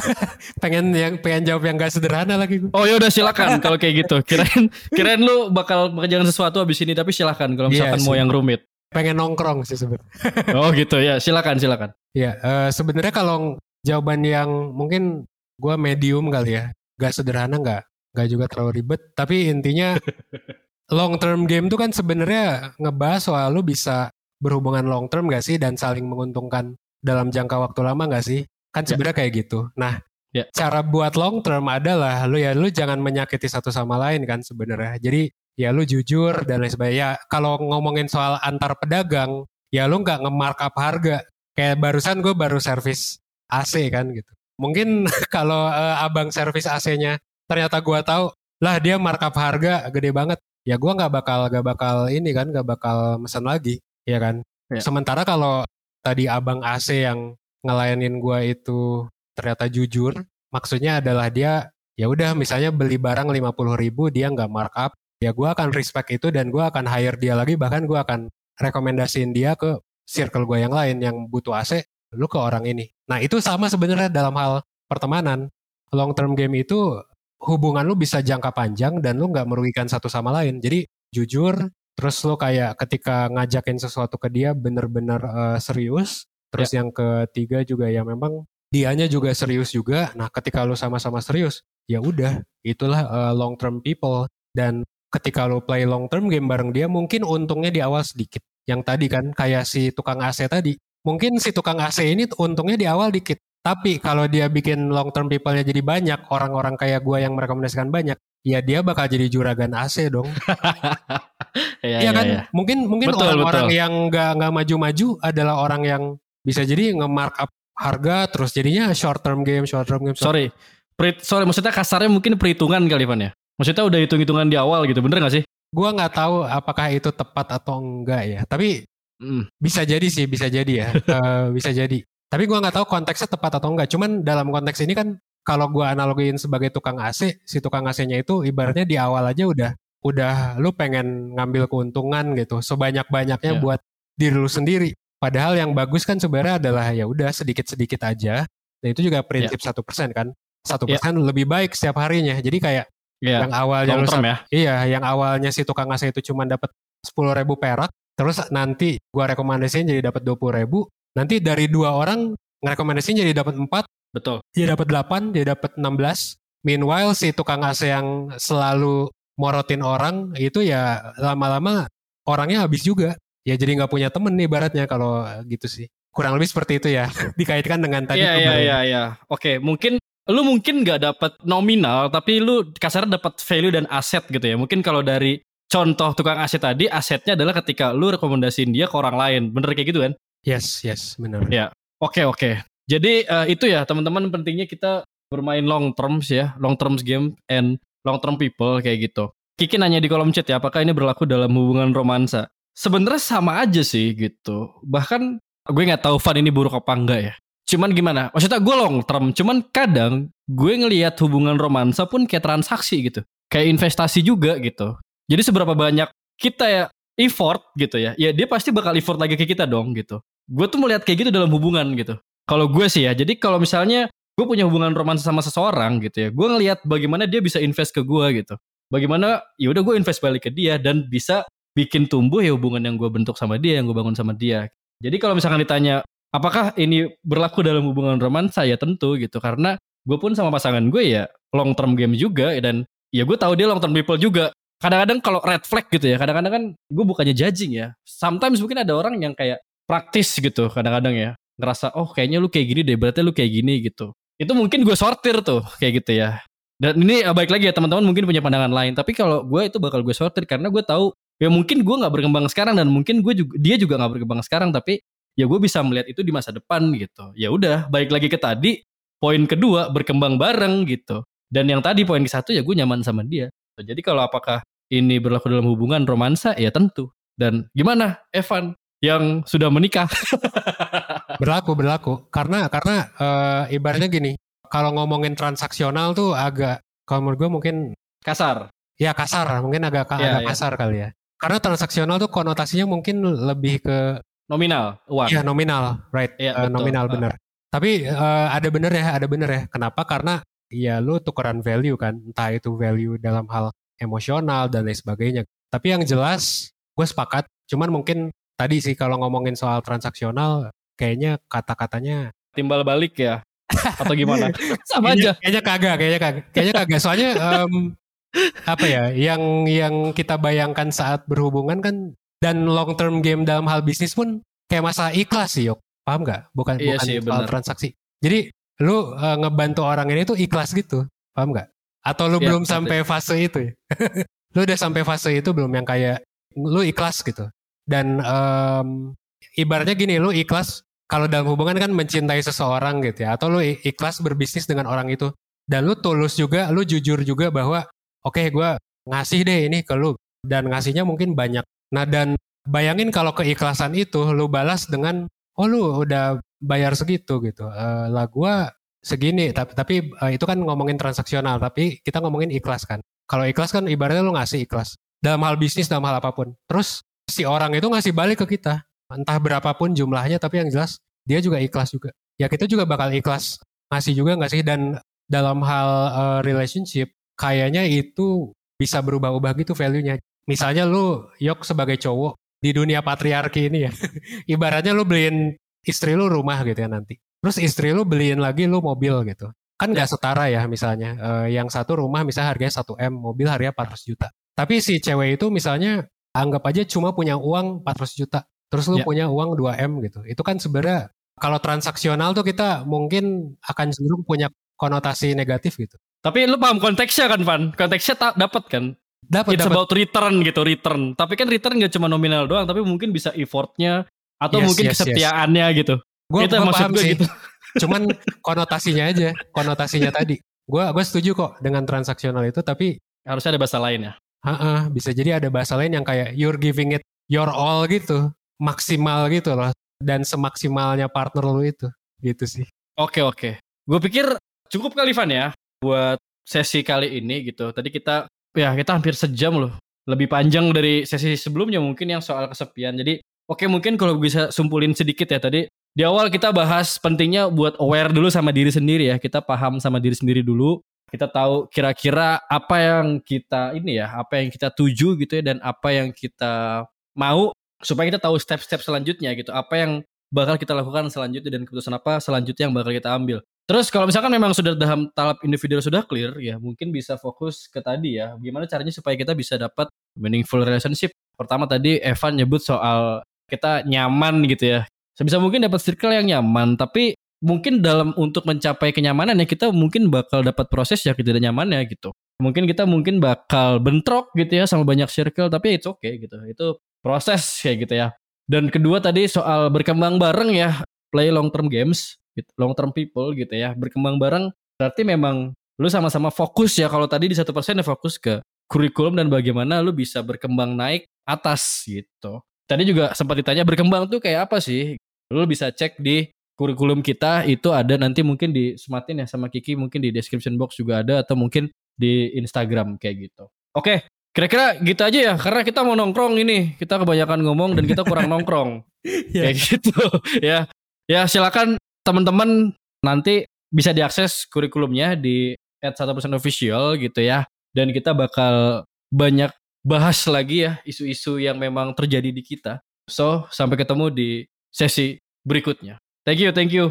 pengen jawab yang gak sederhana lagi gue. Oh ya udah silakan kalau kayak gitu. Kirain lu bakal mengerjakan sesuatu abis ini, tapi silakan kalau misalkan mau yang rumit. Pengen nongkrong sih sebenarnya. Oh gitu ya, silakan. Ya sebenarnya kalau jawaban yang mungkin gue medium kali ya, gak sederhana gak juga terlalu ribet. Tapi intinya long term game tuh kan sebenarnya ngebahas soal lu bisa berhubungan long term gak sih dan saling menguntungkan dalam jangka waktu lama gak sih? Kan sebenarnya kayak gitu. Nah, cara buat long term adalah lu jangan menyakiti satu sama lain kan sebenarnya. Jadi ya lu jujur dan lain sebagainya. Ya, kalau ngomongin soal antar pedagang, ya lu nggak nge-markup harga. Kayak barusan gue baru servis AC kan gitu. Mungkin kalau abang servis AC-nya ternyata gue tahu lah dia markup harga gede banget. Ya gue nggak bakal mesen lagi, ya kan. Sementara kalau tadi abang AC yang ngelayanin gue itu ternyata jujur, maksudnya adalah dia ya udah misalnya beli barang 50.000 dia nggak markup, ya gue akan respect itu dan gue akan hire dia lagi, bahkan gue akan rekomendasiin dia ke circle gue yang lain yang butuh AC, lu ke orang ini. Nah itu sama sebenarnya dalam hal pertemanan. Long term game itu hubungan lu bisa jangka panjang dan lu nggak merugikan satu sama lain. Jadi jujur, terus lu kayak ketika ngajakin sesuatu ke dia bener-bener serius. Terus yang ketiga juga ya memang dianya juga serius juga. Nah ketika lu sama-sama serius, ya udah itulah long term people. Dan ketika lu play long term game bareng dia, mungkin untungnya di awal sedikit. Yang tadi kan kayak si tukang AC tadi, mungkin si tukang AC ini untungnya di awal dikit. Tapi kalau dia bikin long term people-nya jadi banyak, orang-orang kayak gue yang merekomendasikan banyak, ya dia bakal jadi juragan AC dong. Iya kan? Iya. Mungkin Betul, orang-orang betul. yang nggak maju-maju adalah orang yang bisa jadi nge-markup harga, terus jadinya short term game. Sorry. Sorry, maksudnya kasarnya mungkin perhitungan kali Van ya. Maksudnya udah hitung-hitungan di awal gitu, bener gak sih? Gue nggak tahu apakah itu tepat atau enggak ya. Tapi bisa jadi sih, bisa jadi ya. Bisa jadi. Tapi gue nggak tahu konteksnya tepat atau enggak. Cuman dalam konteks ini kan kalau gue analogiin sebagai tukang AC, si tukang AC-nya itu ibaratnya di awal aja udah lu pengen ngambil keuntungan gitu sebanyak-banyaknya Iya. buat diri lu sendiri. Padahal yang bagus kan sebenarnya adalah ya udah sedikit-sedikit aja. Dan itu juga prinsip 1% kan. 1% lebih baik setiap harinya. Jadi kayak Iya. yang awalnya Long term ya. Iya, yang awalnya si tukang AC itu cuma dapat 10.000 perak, terus nanti gua rekomendasiin jadi dapat 20.000, nanti dari 2 orang ngerekomendasiin jadi dapat 4, Betul. dia dapat 8, dia dapat 16. Meanwhile si tukang AC yang selalu morotin orang itu ya lama-lama orangnya habis juga. Ya jadi nggak punya temen nih ibaratnya kalau gitu sih. Kurang lebih seperti itu ya. Dikaitkan dengan tadi tuh baru. Iya. Oke, lu mungkin nggak dapat nominal, tapi lu kasarnya dapat value dan aset gitu ya. Mungkin kalau dari contoh tukang aset tadi, asetnya adalah ketika lu rekomendasiin dia ke orang lain. Bener kayak gitu kan? Yes, benar. Ya. Oke. Jadi itu ya teman-teman, pentingnya kita bermain long terms ya, long terms game and long term people kayak gitu. Kiki nanya di kolom chat ya, apakah ini berlaku dalam hubungan romansa? Sebenarnya sama aja sih gitu. Bahkan gue nggak tahu Van ini buruk apa enggak ya. Cuman gimana? Maksudnya gue long term, cuman kadang gue ngelihat hubungan romansa pun kayak transaksi gitu. Kayak investasi juga gitu. Jadi seberapa banyak kita ya effort gitu ya. Ya dia pasti bakal effort lagi ke kita dong gitu. Gue tuh melihat kayak gitu dalam hubungan gitu. Kalau gue sih ya, jadi kalau misalnya gue punya hubungan romansa sama seseorang gitu ya, gue ngelihat bagaimana dia bisa invest ke gue gitu. Bagaimana ya udah gue invest balik ke dia dan bisa bikin tumbuh ya hubungan yang gue bentuk sama dia, yang gue bangun sama dia. Jadi kalau misalkan ditanya apakah ini berlaku dalam hubungan romansa, ya tentu gitu. Karena gue pun sama pasangan gue ya long term game juga, dan ya gue tahu dia long term people juga. Kadang-kadang kalau red flag gitu ya, kadang-kadang kan gue bukannya judging ya. Sometimes mungkin ada orang yang kayak praktis gitu kadang-kadang ya. Ngerasa oh kayaknya lu kayak gini deh, berarti lu kayak gini gitu. Itu mungkin gue sortir tuh kayak gitu ya. Dan ini baik lagi ya, teman-teman mungkin punya pandangan lain. Tapi kalau gue itu bakal gue sortir karena gue tahu ya mungkin gue nggak berkembang sekarang, dan mungkin dia juga nggak berkembang sekarang, tapi ya gue bisa melihat itu di masa depan gitu. Ya udah, balik lagi ke tadi, poin kedua, berkembang bareng gitu. Dan yang tadi poin ke-1 ya gue nyaman sama dia. Jadi kalau apakah ini berlaku dalam hubungan romansa, ya tentu. Dan gimana Evan yang sudah menikah? Berlaku. Karena ibaratnya gini, kalau ngomongin transaksional tuh agak, kalau menurut gue mungkin Kasar. ya kasar, mungkin agak kasar kali ya. Karena transaksional tuh konotasinya mungkin lebih ke Nominal, uang. ya nominal, right? Iya, betul. Nominal bener. Tapi ada bener ya. Kenapa? Karena ya lu tukeran value kan, entah itu value dalam hal emosional dan lain sebagainya. Tapi yang jelas gue sepakat. Cuman mungkin tadi sih kalau ngomongin soal transaksional, kayaknya kata-katanya Timbal balik ya? Atau gimana? Sama aja. Kayaknya kagak. Soalnya apa ya? Yang kita bayangkan saat berhubungan kan, dan long term game dalam hal bisnis pun kayak masalah ikhlas sih, Yok. Paham nggak? Bukan Iya sih, soal bener. transaksi. Jadi lu ngebantu orang ini tuh ikhlas gitu. Paham nggak? Atau lu Iya, belum ngerti. sampai fase itu ya? Lu udah sampai fase itu belum, yang kayak lu ikhlas gitu. Dan ibaratnya gini, lu ikhlas kalau dalam hubungan kan mencintai seseorang gitu ya. Atau lu ikhlas berbisnis dengan orang itu. Dan lu tulus juga, lu jujur juga bahwa oke, gue ngasih deh ini ke lu. Dan ngasihnya mungkin banyak. Nah, dan bayangin kalau keikhlasan itu lu balas dengan oh lu udah bayar segitu gitu. Lah gue segini, tapi itu kan ngomongin transaksional, tapi kita ngomongin ikhlas kan. Kalau ikhlas kan ibaratnya lu ngasih ikhlas. Dalam hal bisnis, dalam hal apapun. Terus si orang itu ngasih balik ke kita. Entah berapapun jumlahnya, tapi yang jelas dia juga ikhlas juga. Ya kita juga bakal ikhlas ngasih juga nggak sih? Dan dalam hal relationship, kayaknya itu bisa berubah-ubah gitu value-nya. Misalnya lu, Yok sebagai cowok, di dunia patriarki ini ya, ibaratnya lu beliin istri lu rumah gitu ya nanti. Terus istri lu beliin lagi lu mobil gitu. Kan nggak setara ya misalnya. Yang satu rumah misalnya harganya 1M, mobil harganya 400 juta. Tapi si cewek itu misalnya anggap aja cuma punya uang 400 juta. Terus lu punya uang 2M gitu. Itu kan sebenarnya Kalau transaksional tuh kita mungkin akan cenderung punya konotasi negatif gitu. Tapi lu paham konteksnya kan, Van? Konteksnya dapat kan? Dapat. It's about return gitu, return. Tapi kan return gak cuma nominal doang, tapi mungkin bisa effortnya atau mungkin kesetiaannya gitu. Gue paham sih. Gitu. Cuman konotasinya tadi. Gue setuju kok dengan transaksional itu, tapi harusnya ada bahasa lain ya. Bisa jadi ada bahasa lain yang kayak you're giving it your all gitu, maksimal gitu loh. Dan semaksimalnya partner lu itu, gitu sih. Oke. Gue pikir cukup kali Van ya buat sesi kali ini gitu. Tadi kita hampir sejam loh. Lebih panjang dari sesi sebelumnya mungkin yang soal kesepian. Jadi mungkin kalau bisa sumpulin sedikit ya tadi. Di awal kita bahas pentingnya buat aware dulu sama diri sendiri ya. Kita paham sama diri sendiri dulu. Kita tahu kira-kira apa yang kita apa yang kita tuju gitu ya dan apa yang kita mau. Supaya kita tahu step-step selanjutnya gitu. Apa yang bakal kita lakukan selanjutnya dan keputusan apa selanjutnya yang bakal kita ambil. Terus kalau misalkan memang sudah dalam tahap individual sudah clear ya mungkin bisa fokus ke tadi ya. Gimana caranya supaya kita bisa dapat meaningful relationship. Pertama tadi Evan nyebut soal kita nyaman gitu ya. Sebisa mungkin dapat circle yang nyaman. Tapi mungkin untuk mencapai kenyamanan ya kita mungkin bakal dapat proses yang tidak nyaman ya gitu. Mungkin kita bakal bentrok gitu ya sama banyak circle. Tapi it's okay gitu. Itu proses kayak gitu ya. Dan kedua tadi soal berkembang bareng ya, play long term games, long term people gitu ya, berkembang bareng berarti memang lu sama-sama fokus ya. Kalau tadi di 1% ya fokus ke kurikulum dan bagaimana lu bisa berkembang naik atas gitu. Tadi juga sempat ditanya berkembang tuh kayak apa sih? Lu bisa cek di kurikulum kita itu ada nanti mungkin disematin ya sama Kiki, mungkin di description box juga ada atau mungkin di Instagram kayak gitu. Oke. Kira-kira gitu aja ya, karena kita mau nongkrong ini. Kita kebanyakan ngomong dan kita kurang nongkrong. Kayak gitu ya. Ya silakan teman-teman nanti bisa diakses kurikulumnya di @1%official gitu ya. Dan kita bakal banyak bahas lagi ya isu-isu yang memang terjadi di kita. So, sampai ketemu di sesi berikutnya. Thank you.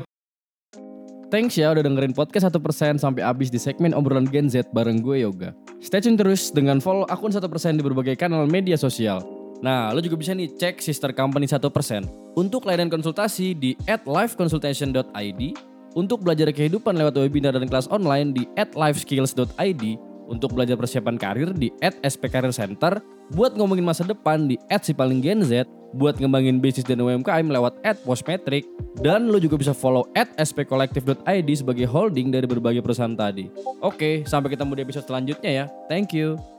Thanks ya udah dengerin podcast 1% sampai habis di segmen obrolan Gen Z bareng gue Yoga. Stay tune terus dengan follow akun 1% di berbagai kanal media sosial. Nah, lo juga bisa nih cek sister company 1%. Untuk layanan konsultasi di @liveconsultation.id, untuk belajar kehidupan lewat webinar dan kelas online di @liveskills.id, untuk belajar persiapan karir di @spcareercenter, buat ngomongin masa depan di @sipalinggenz, buat ngembangin bisnis dan UMKM lewat @postmetric, dan lo juga bisa follow @spcollective.id sebagai holding dari berbagai perusahaan tadi. Oke, sampai ketemu di episode selanjutnya ya. Thank you.